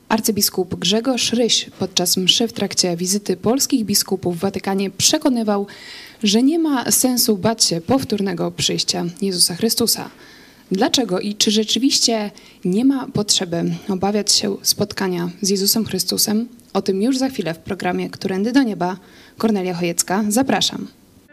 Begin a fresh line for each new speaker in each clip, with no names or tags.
Arcybiskup Grzegorz Ryś podczas mszy w trakcie wizyty polskich biskupów w Watykanie przekonywał, że nie ma sensu bać się powtórnego przyjścia Jezusa Chrystusa. Dlaczego i czy rzeczywiście nie ma potrzeby obawiać się spotkania z Jezusem Chrystusem? O tym już za chwilę w programie Którędy do Nieba. Kornelia Chojecka, zapraszam.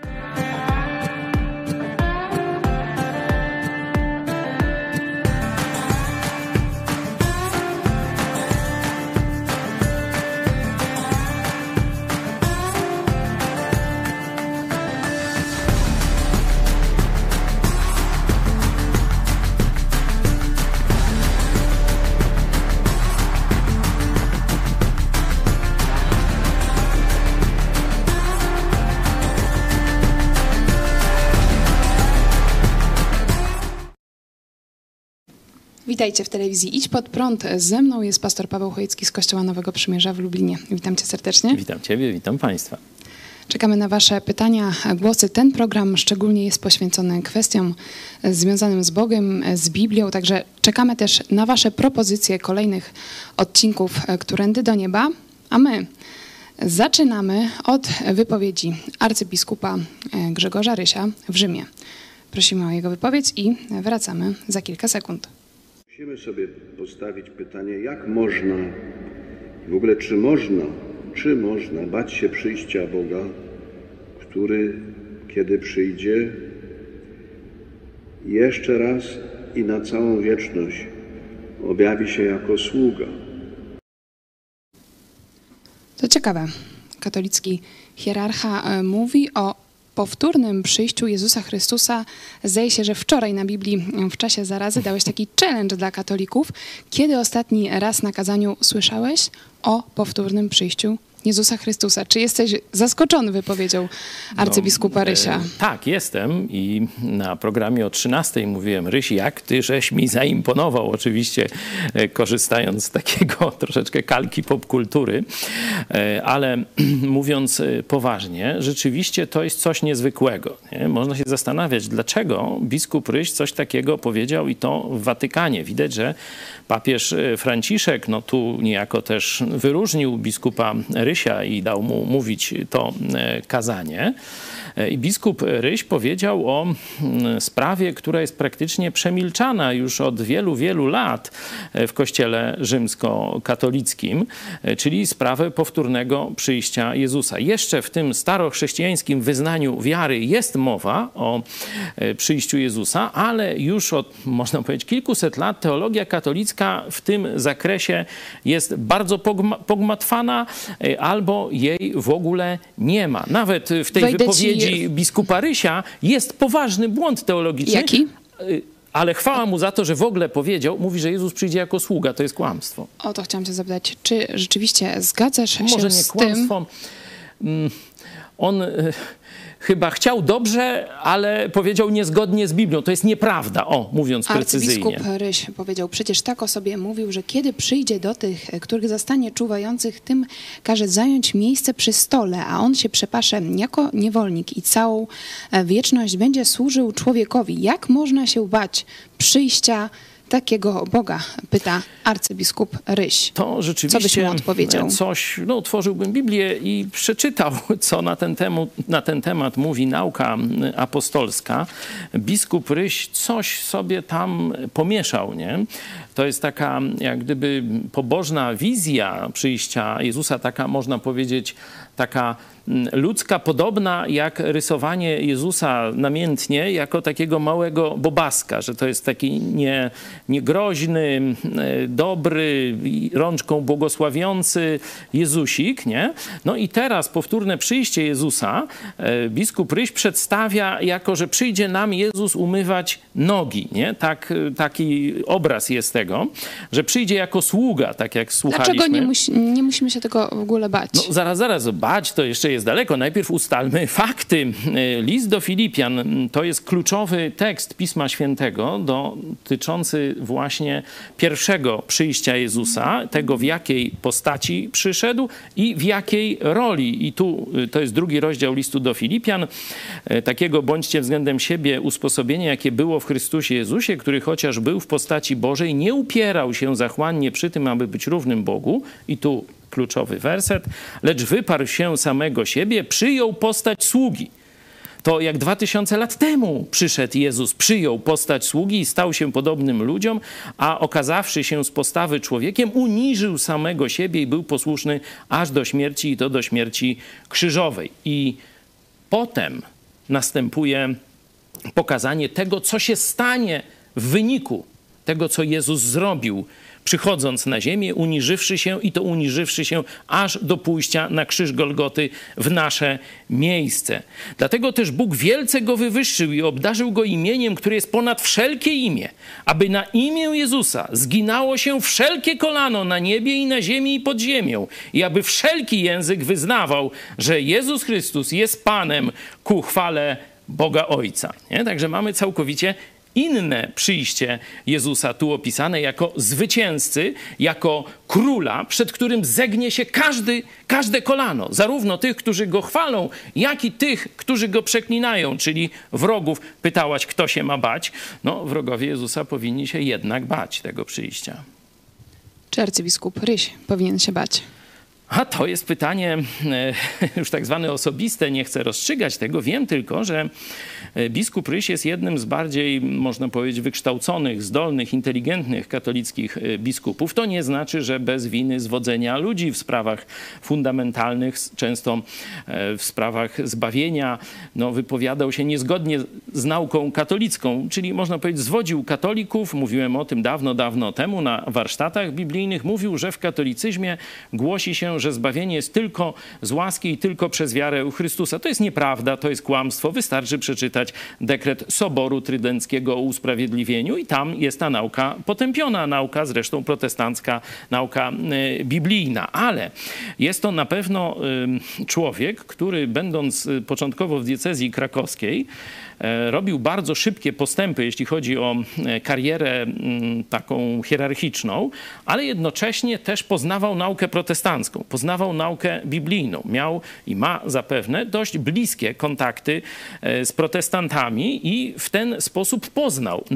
Witajcie w telewizji Idź Pod Prąd. Ze mną jest pastor Paweł Chojecki z Kościoła Nowego Przymierza w Lublinie. Witam cię serdecznie.
Witam ciebie, witam państwa.
Czekamy na wasze pytania, głosy. Ten program szczególnie jest poświęcony kwestiom związanym z Bogiem, z Biblią, także czekamy też na wasze propozycje kolejnych odcinków Którędy do Nieba, a my zaczynamy od wypowiedzi arcybiskupa Grzegorza Rysia w Rzymie. Prosimy o jego wypowiedź i wracamy za kilka sekund.
Musimy sobie postawić pytanie, jak można, w ogóle czy można bać się przyjścia Boga, który, kiedy przyjdzie, jeszcze raz i na całą wieczność objawi się jako sługa.
To ciekawe. Katolicki hierarcha mówi o powtórnym przyjściu Jezusa Chrystusa. Zdaje się, że wczoraj na Biblii w czasie zarazy dałeś taki challenge dla katolików. Kiedy ostatni raz na kazaniu słyszałeś o powtórnym przyjściu Jezusa Chrystusa? Czy jesteś zaskoczony wypowiedzią arcybiskupa Rysia?
Tak, jestem i na programie o 13 mówiłem: Ryś, jak ty żeś mi zaimponował, oczywiście korzystając z takiego troszeczkę kalki popkultury, ale mówiąc poważnie, rzeczywiście to jest coś niezwykłego. Nie? Można się zastanawiać, dlaczego biskup Ryś coś takiego powiedział i to w Watykanie. Widać, że papież Franciszek tu niejako też wyróżnił biskupa Rysia i dał mu mówić to kazanie. I biskup Ryś powiedział o sprawie, która jest praktycznie przemilczana już od wielu, wielu lat w Kościele rzymskokatolickim, czyli sprawę powtórnego przyjścia Jezusa. Jeszcze w tym starochrześcijańskim wyznaniu wiary jest mowa o przyjściu Jezusa, ale już od, można powiedzieć, kilkuset lat teologia katolicka w tym zakresie jest bardzo pogmatwana albo jej w ogóle nie ma. Nawet w tej wypowiedzi biskupa Rysia jest poważny błąd teologiczny.
Jaki?
Ale chwała mu za to, że w ogóle powiedział, mówi, że Jezus przyjdzie jako sługa. To jest kłamstwo.
O to chciałam cię zapytać. Czy rzeczywiście zgadzasz się
Może nie
z
kłamstwo. On chyba chciał dobrze, ale powiedział niezgodnie z Biblią. To jest nieprawda, mówiąc precyzyjnie.
Arcybiskup Ryś powiedział: przecież tak o sobie mówił, że kiedy przyjdzie do tych, których zastanie czuwających, tym każe zająć miejsce przy stole, a on się przepasze jako niewolnik i całą wieczność będzie służył człowiekowi. Jak można się bać przyjścia takiego Boga? Pyta arcybiskup Ryś.
To rzeczywiście
co byś mu odpowiedział?
Otworzyłbym Biblię i przeczytał, co na ten temat mówi nauka apostolska. Biskup Ryś coś sobie tam pomieszał, nie? To jest taka jak gdyby pobożna wizja przyjścia Jezusa, taka można powiedzieć, taka ludzka, podobna jak rysowanie Jezusa namiętnie jako takiego małego bobaska, że to jest taki niegroźny, dobry, rączką błogosławiący Jezusik, nie? No i teraz powtórne przyjście Jezusa biskup Ryś przedstawia jako, że przyjdzie nam Jezus umywać nogi, nie? Taki obraz jest tego, że przyjdzie jako sługa, tak jak słuchaliśmy.
Dlaczego nie musimy się tego w ogóle bać?
No zaraz, bać to jeszcze jest daleko. Najpierw ustalmy fakty. List do Filipian to jest kluczowy tekst Pisma Świętego dotyczący właśnie pierwszego przyjścia Jezusa, tego w jakiej postaci przyszedł i w jakiej roli. I tu to jest 2 rozdział listu do Filipian. Takiego bądźcie względem siebie usposobienia, jakie było w Chrystusie Jezusie, który chociaż był w postaci Bożej, nie nie upierał się zachłannie przy tym, aby być równym Bogu, i tu kluczowy werset, lecz wyparł się samego siebie, przyjął postać sługi. To jak 2000 lat temu przyszedł Jezus, przyjął postać sługi i stał się podobnym ludziom, a okazawszy się z postawy człowiekiem, uniżył samego siebie i był posłuszny aż do śmierci, i to do śmierci krzyżowej. I potem następuje pokazanie tego, co się stanie w wyniku tego, co Jezus zrobił, przychodząc na ziemię, uniżywszy się, i to uniżywszy się aż do pójścia na krzyż Golgoty w nasze miejsce. Dlatego też Bóg wielce go wywyższył i obdarzył go imieniem, które jest ponad wszelkie imię, aby na imię Jezusa zginało się wszelkie kolano na niebie i na ziemi i pod ziemią, i aby wszelki język wyznawał, że Jezus Chrystus jest Panem ku chwale Boga Ojca. Nie? Także mamy całkowicie inne przyjście Jezusa tu opisane jako zwycięzcy, jako króla, przed którym zegnie się każde kolano, zarówno tych, którzy go chwalą, jak i tych, którzy go przeklinają, czyli wrogów. Pytałaś, kto się ma bać? No, wrogowie Jezusa powinni się jednak bać tego przyjścia.
Czy arcybiskup Ryś powinien się bać?
A to jest pytanie już tak zwane osobiste, nie chcę rozstrzygać tego. Wiem tylko, że biskup Ryś jest jednym z bardziej, można powiedzieć, wykształconych, zdolnych, inteligentnych katolickich biskupów. To nie znaczy, że bez winy zwodzenia ludzi w sprawach fundamentalnych, często w sprawach zbawienia, wypowiadał się niezgodnie z nauką katolicką, czyli można powiedzieć zwodził katolików. Mówiłem o tym dawno temu na warsztatach biblijnych. Mówił, że w katolicyzmie głosi się, że zbawienie jest tylko z łaski i tylko przez wiarę u Chrystusa. To jest nieprawda, to jest kłamstwo. Wystarczy przeczytać dekret Soboru Trydenckiego o usprawiedliwieniu i tam jest ta nauka potępiona. Nauka zresztą protestancka, nauka biblijna. Ale jest to na pewno człowiek, który będąc początkowo w diecezji krakowskiej, robił bardzo szybkie postępy, jeśli chodzi o karierę taką hierarchiczną, ale jednocześnie też poznawał naukę protestancką, poznawał naukę biblijną. Miał i ma zapewne dość bliskie kontakty z protestantami i w ten sposób poznał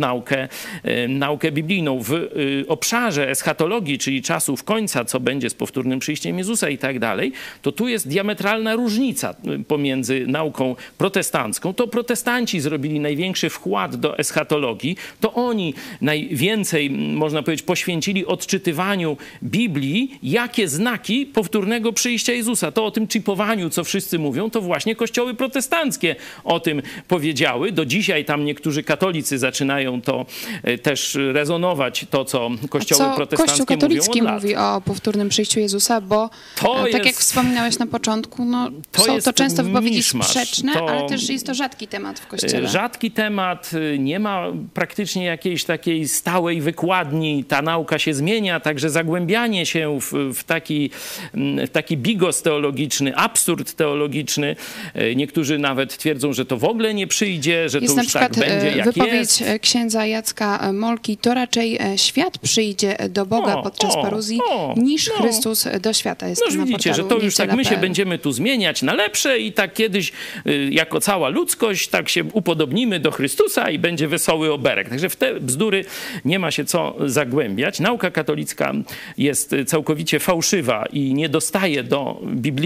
naukę biblijną. W obszarze eschatologii, czyli czasów końca, co będzie z powtórnym przyjściem Jezusa i tak dalej, to tu jest diametralna różnica pomiędzy nauką protestancką. To protestanci zrobili największy wkład do eschatologii, to oni najwięcej, można powiedzieć, poświęcili odczytywaniu Biblii, jakie znaki powtórnego przyjścia Jezusa. To o tym chipowaniu, co wszyscy mówią, to właśnie kościoły protestanckie o tym powiedziały. Do dzisiaj tam niektórzy katolicy zaczynają to też rezonować, to co kościoły protestanckie
Kościół katolicki
mówią od lat.
mówi o powtórnym przyjściu Jezusa, bo tak jak wspominałeś na początku, są to często wypowiedzi sprzeczne, ale też jest to rzadki temat w Kościele.
Rzadki temat, nie ma praktycznie jakiejś takiej stałej wykładni, ta nauka się zmienia, także zagłębianie się w taki bigos teologiczny, absurd teologiczny. Niektórzy nawet twierdzą, że to w ogóle nie przyjdzie, że
jest
to już tak będzie, jak
wypowiedź
jest.
księdza Jacka Molki, to raczej świat przyjdzie do Boga podczas paruzji, niż Chrystus do świata. Jest
No widzicie, że to już tak my się będziemy tu zmieniać na lepsze i tak kiedyś jako cała ludzkość tak się upodobnimy do Chrystusa i będzie wesoły oberek. Także w te bzdury nie ma się co zagłębiać. Nauka katolicka jest całkowicie fałszywa i nie dostaje do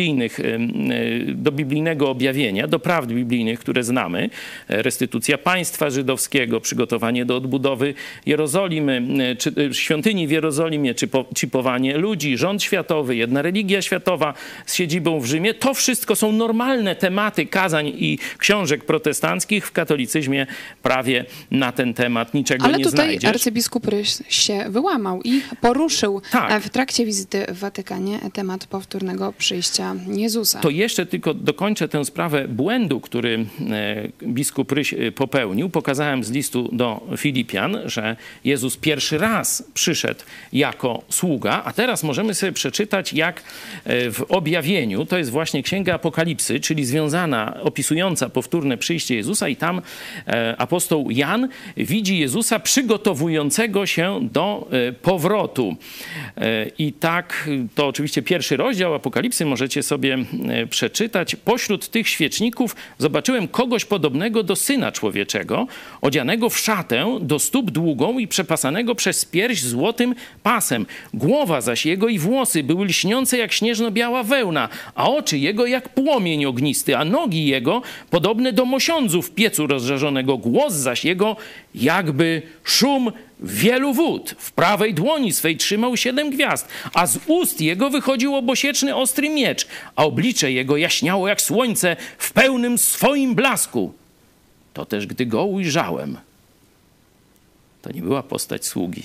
biblijnego objawienia, do prawd biblijnych, które znamy. Restytucja państwa żydowskiego, przygotowanie do odbudowy Jerozolimy, czy świątyni w Jerozolimie, czy chipowanie ludzi, rząd światowy, jedna religia światowa z siedzibą w Rzymie. To wszystko są normalne tematy kazań i książek protestanckich. W katolicyzmie prawie na ten temat niczego nie znajdziesz.
Ale tutaj arcybiskup Ryś się wyłamał i poruszył w trakcie wizyty w Watykanie temat powtórnego przyjścia Jezusa.
To jeszcze tylko dokończę tę sprawę błędu, który biskup Ryś popełnił. Pokazałem z listu do Filipian, że Jezus pierwszy raz przyszedł jako sługa, a teraz możemy sobie przeczytać, jak w objawieniu, to jest właśnie Księga Apokalipsy, czyli związana, opisująca powtórne przyjście Jezusa, i tam apostoł Jan widzi Jezusa przygotowującego się do powrotu. I tak, to oczywiście pierwszy rozdział Apokalipsy, możecie sobie przeczytać. Pośród tych świeczników zobaczyłem kogoś podobnego do Syna Człowieczego, odzianego w szatę do stóp długą i przepasanego przez pierś złotym pasem. Głowa zaś jego i włosy były lśniące jak śnieżno-biała wełna, a oczy jego jak płomień ognisty, a nogi jego podobne do mosiądzu w piecu rozżarzonego. Głos zaś jego jakby szum wielu wód. W prawej dłoni swej trzymał 7 gwiazd, a z ust jego wychodził obosieczny ostry miecz, a oblicze jego jaśniało jak słońce w pełnym swoim blasku. To też, gdy go ujrzałem, to nie była postać sługi.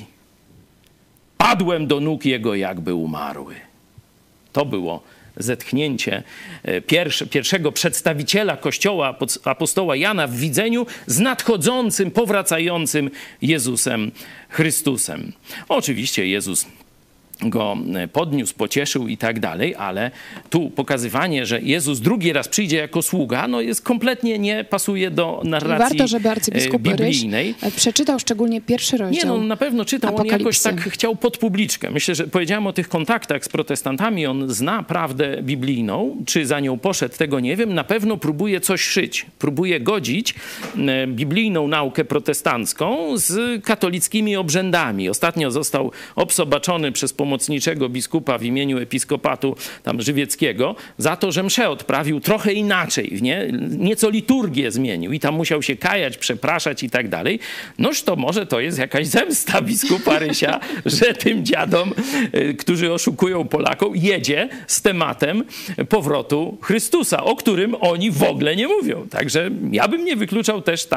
Padłem do nóg jego, jakby umarły. To było zetchnięcie pierwszego przedstawiciela Kościoła, apostoła Jana w widzeniu z nadchodzącym, powracającym Jezusem Chrystusem. Oczywiście Jezus go podniósł, pocieszył i tak dalej, ale tu pokazywanie, że Jezus drugi raz przyjdzie jako sługa, no jest kompletnie nie pasuje do narracji
warto, żeby arcybiskup
biblijnej.
Ryś przeczytał szczególnie pierwszy rozdział.
Nie, no na pewno czytał, on jakoś tak chciał pod publiczkę. Myślę, że powiedziałem o tych kontaktach z protestantami, on zna prawdę biblijną, czy za nią poszedł, tego nie wiem, na pewno próbuje coś szyć, próbuje godzić biblijną naukę protestancką z katolickimi obrzędami. Ostatnio został obsobaczony przez pomocniczego biskupa w imieniu episkopatu tam żywieckiego za to, że mszę odprawił trochę inaczej, nie? Nieco liturgię zmienił i tam musiał się kajać, przepraszać i tak dalej. Noż to może to jest jakaś zemsta biskupa Rysia, że tym dziadom, którzy oszukują Polaków, jedzie z tematem powrotu Chrystusa, o którym oni w ogóle nie mówią. Także ja bym nie wykluczał też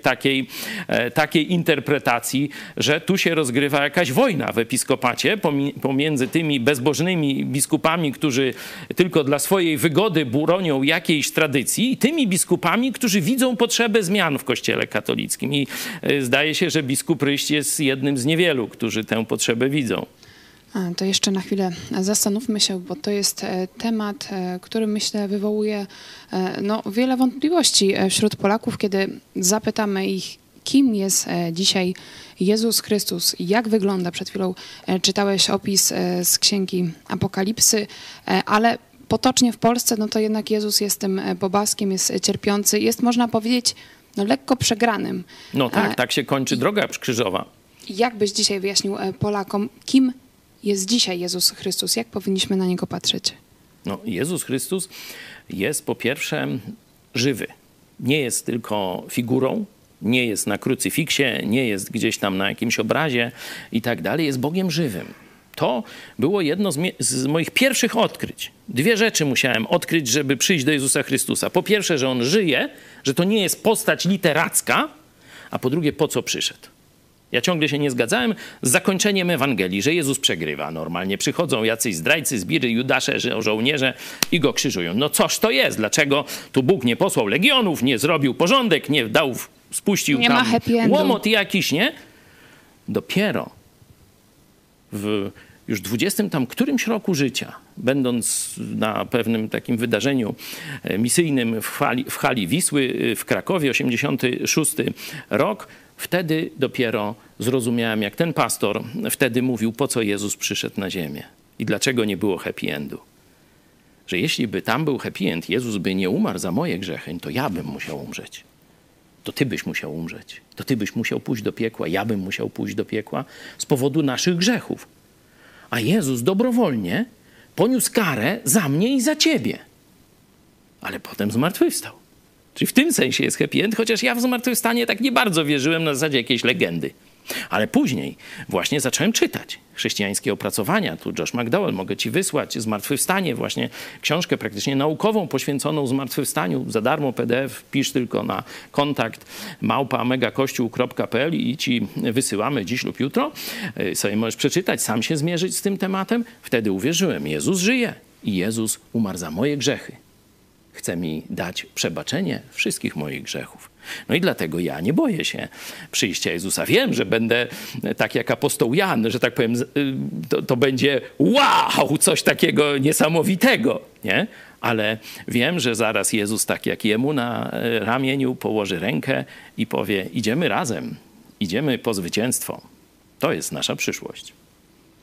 takiej interpretacji, że tu się rozgrywa jakaś wojna w episkopacie pomiędzy tymi bezbożnymi biskupami, którzy tylko dla swojej wygody bronią jakiejś tradycji, i tymi biskupami, którzy widzą potrzebę zmian w Kościele katolickim. I zdaje się, że biskup Ryś jest jednym z niewielu, którzy tę potrzebę widzą.
To jeszcze na chwilę zastanówmy się, bo to jest temat, który myślę wywołuje wiele wątpliwości wśród Polaków, kiedy zapytamy ich, kim jest dzisiaj Jezus Chrystus, jak wygląda. Przed chwilą czytałeś opis z Księgi Apokalipsy, ale potocznie w Polsce, no to jednak Jezus jest tym bobaskiem, jest cierpiący, jest, można powiedzieć, lekko przegranym.
No tak się kończy droga krzyżowa.
Jak byś dzisiaj wyjaśnił Polakom, kim jest dzisiaj Jezus Chrystus? Jak powinniśmy na Niego patrzeć?
No, Jezus Chrystus jest po pierwsze żywy. Nie jest tylko figurą, nie jest na krucyfiksie, nie jest gdzieś tam na jakimś obrazie i tak dalej. Jest Bogiem żywym. To było jedno z moich pierwszych odkryć. 2 rzeczy musiałem odkryć, żeby przyjść do Jezusa Chrystusa. Po pierwsze, że On żyje, że to nie jest postać literacka, a po drugie, po co przyszedł. Ja ciągle się nie zgadzałem z zakończeniem Ewangelii, że Jezus przegrywa. Normalnie przychodzą jacyś zdrajcy, zbiry, judasze, żołnierze i go krzyżują. No coż to jest? Dlaczego tu Bóg nie posłał legionów, nie zrobił porządek, nie dał, spuścił
nie
tam
ma happy endu.
Łomot jakiś, nie? Dopiero w już 20 tam którymś roku życia, będąc na pewnym takim wydarzeniu misyjnym w hali Wisły w Krakowie, 86 rok, wtedy dopiero zrozumiałem, jak ten pastor wtedy mówił, po co Jezus przyszedł na ziemię i dlaczego nie było happy endu. Że jeśli by tam był happy end, Jezus by nie umarł za moje grzechy, to ja bym musiał umrzeć. To ty byś musiał umrzeć. To ty byś musiał pójść do piekła. Ja bym musiał pójść do piekła z powodu naszych grzechów. A Jezus dobrowolnie poniósł karę za mnie i za ciebie. Ale potem zmartwychwstał. Czyli w tym sensie jest happy end, chociaż ja w zmartwychwstanie tak nie bardzo wierzyłem na zasadzie jakiejś legendy. Ale później właśnie zacząłem czytać chrześcijańskie opracowania. Tu Josh McDowell, mogę ci wysłać Zmartwychwstanie, właśnie książkę praktycznie naukową poświęconą zmartwychwstaniu. Za darmo PDF, pisz tylko na kontakt @megakościół.pl i ci wysyłamy dziś lub jutro. Sobie możesz przeczytać, sam się zmierzyć z tym tematem. Wtedy uwierzyłem, Jezus żyje i Jezus umarł za moje grzechy. Chce mi dać przebaczenie wszystkich moich grzechów. No i dlatego ja nie boję się przyjścia Jezusa. Wiem, że będę tak jak apostoł Jan, że tak powiem, to będzie wow, coś takiego niesamowitego, nie? Ale wiem, że zaraz Jezus tak jak jemu na ramieniu położy rękę i powie, idziemy razem, idziemy po zwycięstwo. To jest nasza przyszłość.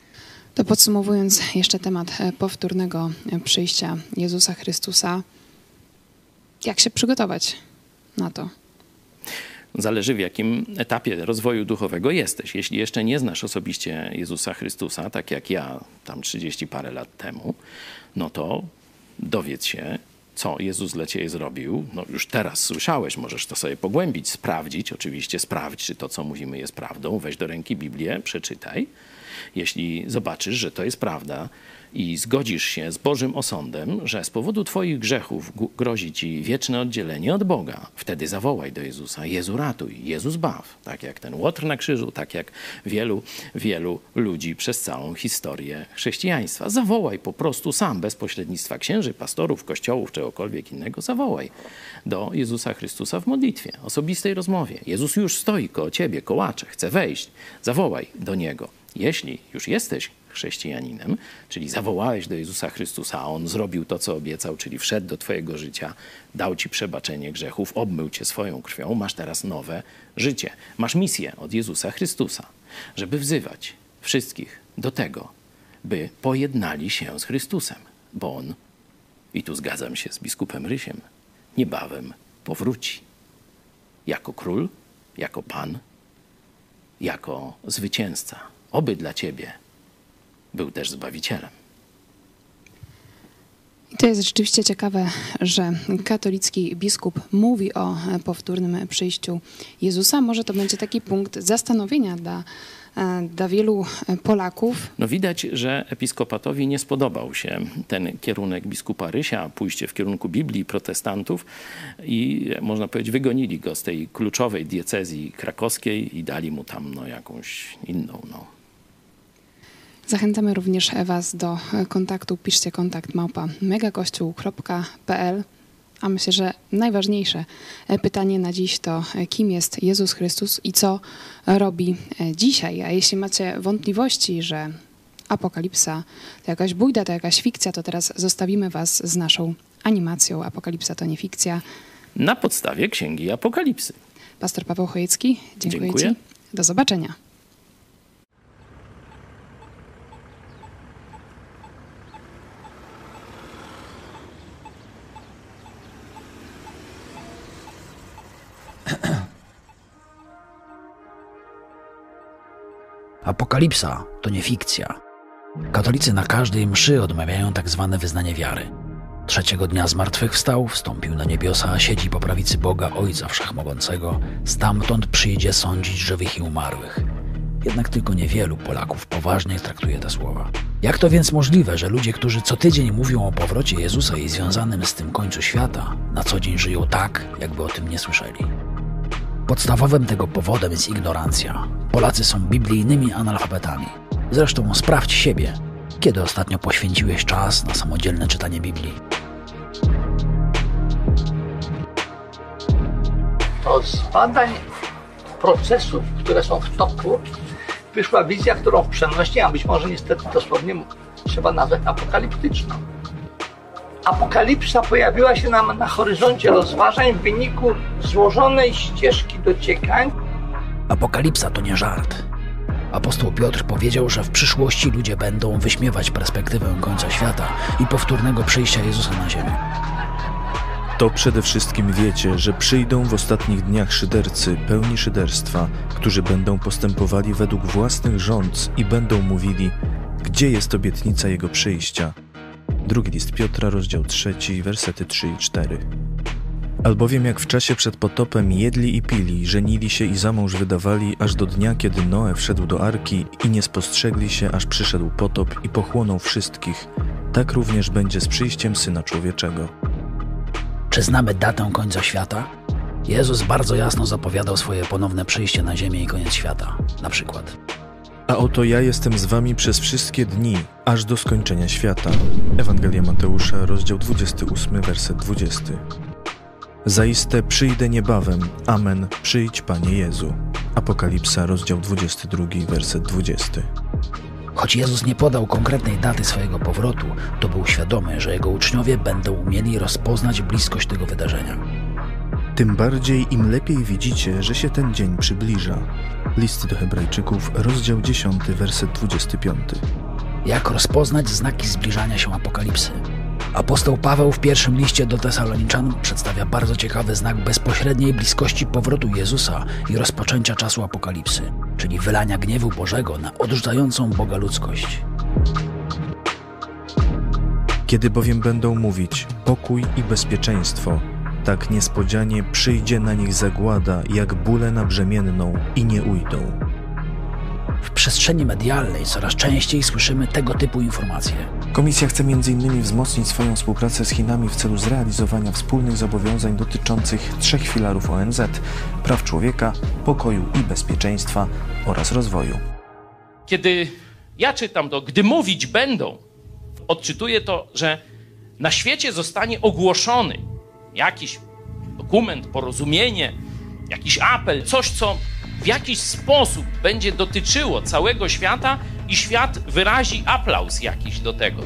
To podsumowując jeszcze temat powtórnego przyjścia Jezusa Chrystusa, jak się przygotować na to?
Zależy, w jakim etapie rozwoju duchowego jesteś. Jeśli jeszcze nie znasz osobiście Jezusa Chrystusa, tak jak ja tam 30 parę lat temu, no to dowiedz się, co Jezus dla ciebie zrobił. No już teraz słyszałeś, możesz to sobie pogłębić, sprawdzić. Oczywiście sprawdź, czy to, co mówimy, jest prawdą. Weź do ręki Biblię, przeczytaj. Jeśli zobaczysz, że to jest prawda i zgodzisz się z Bożym osądem, że z powodu twoich grzechów grozi ci wieczne oddzielenie od Boga, wtedy zawołaj do Jezusa: Jezu, ratuj, Jezus baw. Tak jak ten Łotr na krzyżu, tak jak wielu ludzi przez całą historię chrześcijaństwa. Zawołaj po prostu sam, bez pośrednictwa księży, pastorów, kościołów, czegokolwiek innego. Zawołaj do Jezusa Chrystusa w modlitwie, osobistej rozmowie. Jezus już stoi koło ciebie, kołacze, chce wejść. Zawołaj do Niego. Jeśli już jesteś chrześcijaninem, czyli zawołałeś do Jezusa Chrystusa, a On zrobił to, co obiecał, czyli wszedł do twojego życia, dał ci przebaczenie grzechów, obmył cię swoją krwią, masz teraz nowe życie. Masz misję od Jezusa Chrystusa, żeby wzywać wszystkich do tego, by pojednali się z Chrystusem, bo On, i tu zgadzam się z biskupem Rysiem, niebawem powróci. Jako król, jako Pan, jako zwycięzca. Oby dla ciebie był też Zbawicielem.
I to jest rzeczywiście ciekawe, że katolicki biskup mówi o powtórnym przyjściu Jezusa. Może to będzie taki punkt zastanowienia dla wielu Polaków.
No widać, że episkopatowi nie spodobał się ten kierunek biskupa Rysia, pójście w kierunku Biblii protestantów i można powiedzieć wygonili go z tej kluczowej diecezji krakowskiej i dali mu tam jakąś inną.
Zachęcamy również was do kontaktu. Piszcie kontakt@megakościół.pl. A myślę, że najważniejsze pytanie na dziś to, kim jest Jezus Chrystus i co robi dzisiaj. A jeśli macie wątpliwości, że Apokalipsa to jakaś bójda, to jakaś fikcja, to teraz zostawimy was z naszą animacją Apokalipsa to nie fikcja.
Na podstawie Księgi Apokalipsy.
Pastor Paweł Chojecki, dziękuję ci. Do zobaczenia.
Apokalipsa to nie fikcja. Katolicy na każdej mszy odmawiają tak zwane wyznanie wiary. Trzeciego dnia zmartwychwstał, wstąpił na niebiosa, siedzi po prawicy Boga Ojca Wszechmogącego. Stamtąd przyjdzie sądzić żywych i umarłych. Jednak tylko niewielu Polaków poważnie traktuje te słowa. Jak to więc możliwe, że ludzie, którzy co tydzień mówią o powrocie Jezusa i związanym z tym końcu świata, na co dzień żyją tak, jakby o tym nie słyszeli? Podstawowym tego powodem jest ignorancja. Polacy są biblijnymi analfabetami. Zresztą sprawdź siebie, kiedy ostatnio poświęciłeś czas na samodzielne czytanie Biblii.
To z badań procesów, które są w toku, wyszła wizja, którą w przenośni, a być może niestety dosłownie trzeba nazwać apokaliptyczną. Apokalipsa pojawiła się nam na horyzoncie rozważań w wyniku złożonej ścieżki dociekań.
Apokalipsa to nie żart. Apostoł Piotr powiedział, że w przyszłości ludzie będą wyśmiewać perspektywę końca świata i powtórnego przyjścia Jezusa na ziemię.
To przede wszystkim wiecie, że przyjdą w ostatnich dniach szydercy, pełni szyderstwa, którzy będą postępowali według własnych rządz i będą mówili, gdzie jest obietnica Jego przyjścia. Drugi list Piotra, rozdział 3, wersety 3 i 4. Albowiem jak w czasie przed potopem jedli i pili, żenili się i za mąż wydawali, aż do dnia, kiedy Noe wszedł do arki i nie spostrzegli się, aż przyszedł potop i pochłonął wszystkich, tak również będzie z przyjściem Syna Człowieczego.
Czy znamy datę końca świata? Jezus bardzo jasno zapowiadał swoje ponowne przyjście na ziemię i koniec świata. Na przykład:
A oto ja jestem z wami przez wszystkie dni, aż do skończenia świata. Ewangelia Mateusza, rozdział 28, werset 20. Zaiste przyjdę niebawem. Amen. Przyjdź, Panie Jezu. Apokalipsa, rozdział 22, werset 20.
Choć Jezus nie podał konkretnej daty swojego powrotu, to był świadomy, że Jego uczniowie będą umieli rozpoznać bliskość tego wydarzenia.
Tym bardziej im lepiej widzicie, że się ten dzień przybliża. List do Hebrajczyków, rozdział 10, werset 25.
Jak rozpoznać znaki zbliżania się apokalipsy? Apostoł Paweł w pierwszym liście do Tesaloniczan przedstawia bardzo ciekawy znak bezpośredniej bliskości powrotu Jezusa i rozpoczęcia czasu apokalipsy, czyli wylania gniewu Bożego na odrzucającą Boga ludzkość.
Kiedy bowiem będą mówić pokój i bezpieczeństwo, tak niespodzianie przyjdzie na nich zagłada, jak bóle na brzemienną i nie ujdą.
W przestrzeni medialnej coraz częściej słyszymy tego typu informacje.
Komisja chce m.in. wzmocnić swoją współpracę z Chinami w celu zrealizowania wspólnych zobowiązań dotyczących 3 filarów ONZ: praw człowieka, pokoju i bezpieczeństwa oraz rozwoju.
Kiedy ja czytam to, gdy mówić będą, odczytuję to, że na świecie zostanie ogłoszony jakiś dokument, porozumienie, jakiś apel, coś, co w jakiś sposób będzie dotyczyło całego świata i świat wyrazi aplauz jakiś do tego.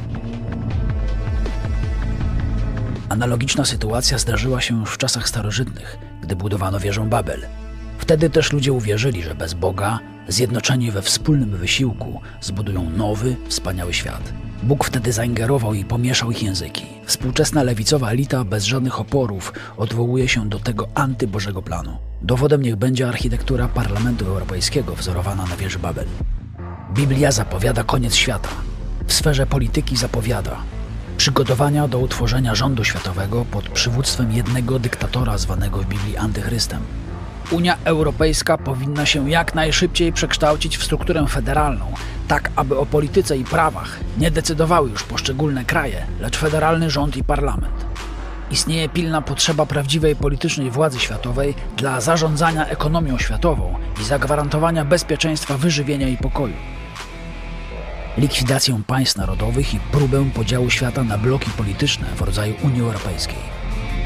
Analogiczna sytuacja zdarzyła się już w czasach starożytnych, gdy budowano wieżę Babel. Wtedy też ludzie uwierzyli, że bez Boga, zjednoczeni we wspólnym wysiłku, zbudują nowy, wspaniały świat. Bóg wtedy zaingerował i pomieszał ich języki. Współczesna lewicowa elita bez żadnych oporów odwołuje się do tego antybożego planu. Dowodem niech będzie architektura Parlamentu Europejskiego wzorowana na wieży Babel. Biblia zapowiada koniec świata. W sferze polityki zapowiada przygotowania do utworzenia rządu światowego pod przywództwem jednego dyktatora zwanego w Biblii antychrystem. Unia Europejska powinna się jak najszybciej przekształcić w strukturę federalną, tak aby o polityce i prawach nie decydowały już poszczególne kraje, lecz federalny rząd i parlament. Istnieje pilna potrzeba prawdziwej politycznej władzy światowej dla zarządzania ekonomią światową i zagwarantowania bezpieczeństwa wyżywienia i pokoju. Likwidację państw narodowych i próbę podziału świata na bloki polityczne w rodzaju Unii Europejskiej.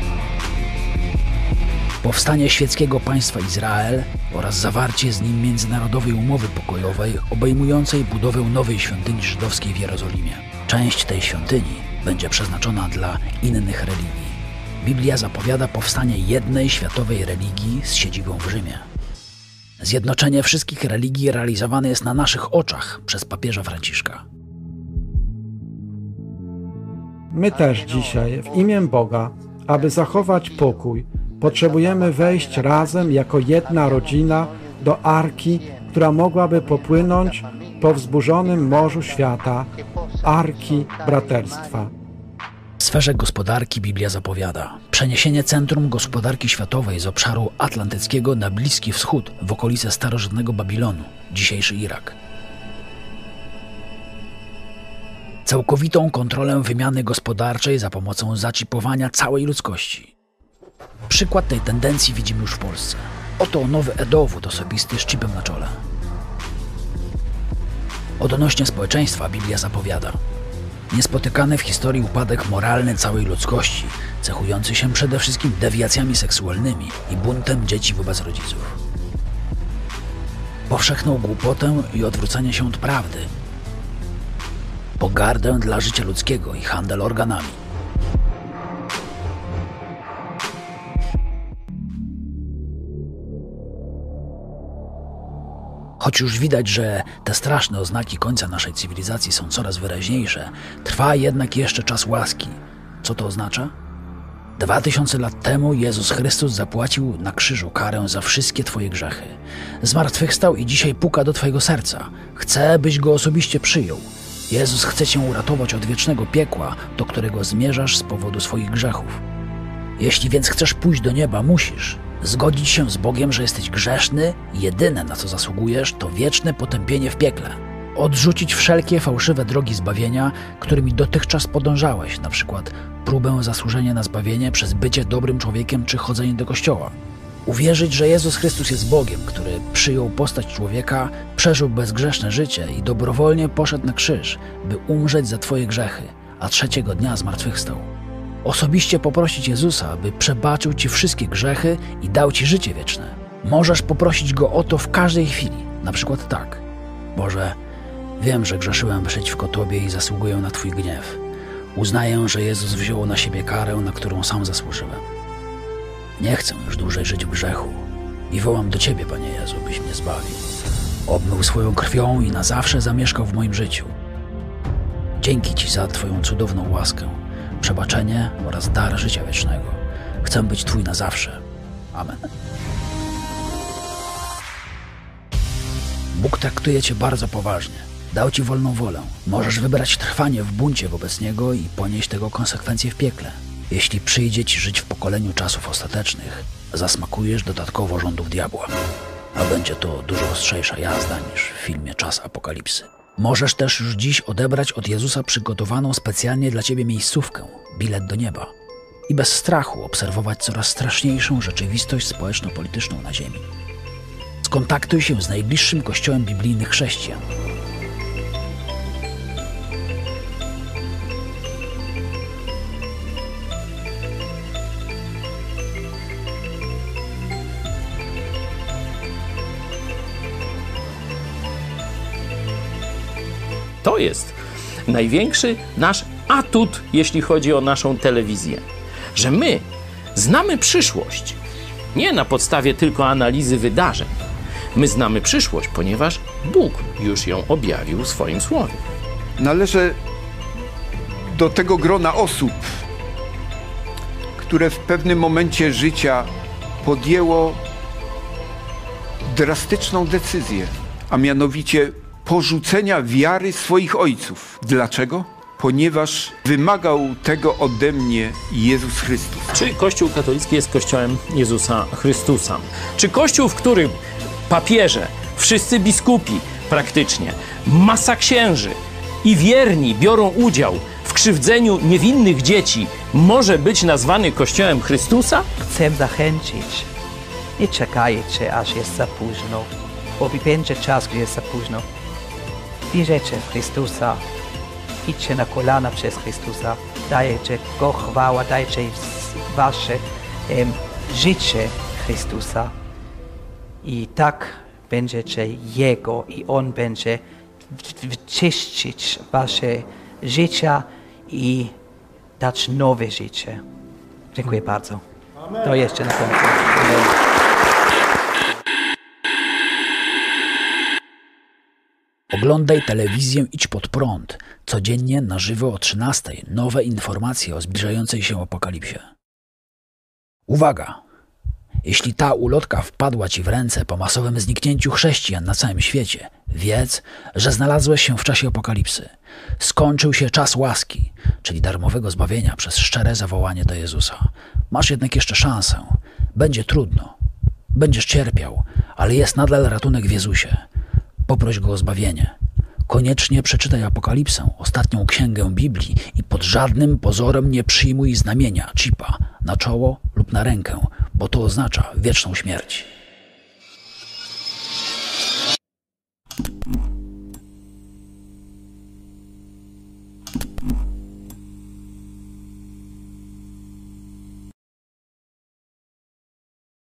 Powstanie świeckiego państwa Izrael oraz zawarcie z nim międzynarodowej umowy pokojowej obejmującej budowę nowej świątyni żydowskiej w Jerozolimie. Część tej świątyni będzie przeznaczona dla innych religii. Biblia zapowiada powstanie jednej światowej religii z siedzibą w Rzymie. Zjednoczenie wszystkich religii realizowane jest na naszych oczach przez papieża Franciszka.
My też dzisiaj w imię Boga, aby zachować pokój, potrzebujemy wejść razem jako jedna rodzina do arki, która mogłaby popłynąć po wzburzonym morzu świata, arki braterstwa.
W sferze gospodarki Biblia zapowiada przeniesienie centrum gospodarki światowej z obszaru atlantyckiego na Bliski Wschód w okolice starożytnego Babilonu, dzisiejszy Irak. Całkowitą kontrolę wymiany gospodarczej za pomocą zaczipowania całej ludzkości. Przykład tej tendencji widzimy już w Polsce. Oto nowy e-dowód osobisty z czipem na czole. Odnośnie społeczeństwa Biblia zapowiada niespotykany w historii upadek moralny całej ludzkości, cechujący się przede wszystkim dewiacjami seksualnymi i buntem dzieci wobec rodziców. Powszechną głupotę i odwrócenie się od prawdy. Pogardę dla życia ludzkiego i handel organami. Choć już widać, że te straszne oznaki końca naszej cywilizacji są coraz wyraźniejsze, trwa jednak jeszcze czas łaski. Co to oznacza? 2000 lat temu Jezus Chrystus zapłacił na krzyżu karę za wszystkie Twoje grzechy. Zmartwychwstał i dzisiaj puka do Twojego serca. Chce, byś Go osobiście przyjął. Jezus chce Cię uratować od wiecznego piekła, do którego zmierzasz z powodu swoich grzechów. Jeśli więc chcesz pójść do nieba, musisz zgodzić się z Bogiem, że jesteś grzeszny i jedyne, na co zasługujesz, to wieczne potępienie w piekle. Odrzucić wszelkie fałszywe drogi zbawienia, którymi dotychczas podążałeś, na przykład próbę zasłużenia na zbawienie przez bycie dobrym człowiekiem czy chodzenie do kościoła. Uwierzyć, że Jezus Chrystus jest Bogiem, który przyjął postać człowieka, przeżył bezgrzeszne życie i dobrowolnie poszedł na krzyż, by umrzeć za Twoje grzechy, a 3. dnia zmartwychwstał. Osobiście poprosić Jezusa, by przebaczył Ci wszystkie grzechy i dał Ci życie wieczne. Możesz poprosić Go o to w każdej chwili, na przykład tak: Boże, wiem, że grzeszyłem przeciwko Tobie i zasługuję na Twój gniew. Uznaję, że Jezus wziął na siebie karę, na którą sam zasłużyłem. Nie chcę już dłużej żyć w grzechu i wołam do Ciebie, Panie Jezu, byś mnie zbawił. Obmył swoją krwią i na zawsze zamieszkał w moim życiu. Dzięki Ci za Twoją cudowną łaskę, przebaczenie oraz dar życia wiecznego. Chcę być Twój na zawsze. Amen. Bóg traktuje Cię bardzo poważnie. Dał Ci wolną wolę. Możesz wybrać trwanie w buncie wobec Niego i ponieść tego konsekwencje w piekle. Jeśli przyjdzie Ci żyć w pokoleniu czasów ostatecznych, zasmakujesz dodatkowo rządów diabła. A będzie to dużo ostrzejsza jazda niż w filmie Czas Apokalipsy. Możesz też już dziś odebrać od Jezusa przygotowaną specjalnie dla Ciebie miejscówkę, bilet do nieba. I bez strachu obserwować coraz straszniejszą rzeczywistość społeczno-polityczną na ziemi. Skontaktuj się z najbliższym kościołem biblijnych chrześcijan.
To jest największy nasz atut, jeśli chodzi o naszą telewizję. Że my znamy przyszłość. Nie na podstawie tylko analizy wydarzeń. My znamy przyszłość, ponieważ Bóg już ją objawił w swoim słowie.
Należę do tego grona osób, które w pewnym momencie życia podjęło drastyczną decyzję, a mianowicie porzucenia wiary swoich ojców. Dlaczego? Ponieważ wymagał tego ode mnie Jezus Chrystus.
Czy Kościół katolicki jest Kościołem Jezusa Chrystusa? Czy Kościół, w którym papieże, wszyscy biskupi praktycznie, masa księży i wierni biorą udział w krzywdzeniu niewinnych dzieci, może być nazwany Kościołem Chrystusa?
Chcę zachęcić. Nie czekajcie, aż jest za późno, bo będzie czas, gdy jest za późno. Wierzycie w Chrystusa, idźcie na kolana przez Chrystusa, dajcie Go chwała, dajcie wasze życie Chrystusa i tak będziecie Jego i On będzie wyczyścić wasze życia i dać nowe życie. Dziękuję bardzo. Amen. To jeszcze na końcu. Amen.
Oglądaj telewizję Idź Pod Prąd. Codziennie na żywo o 13:00 nowe informacje o zbliżającej się apokalipsie. Uwaga! Jeśli ta ulotka wpadła Ci w ręce po masowym zniknięciu chrześcijan na całym świecie, wiedz, że znalazłeś się w czasie apokalipsy. Skończył się czas łaski, czyli darmowego zbawienia przez szczere zawołanie do Jezusa. Masz jednak jeszcze szansę. Będzie trudno. Będziesz cierpiał, ale jest nadal ratunek w Jezusie. Poproś Go o zbawienie. Koniecznie przeczytaj Apokalipsę, ostatnią księgę Biblii i pod żadnym pozorem nie przyjmuj znamienia, chipa, na czoło lub na rękę, bo to oznacza wieczną śmierć.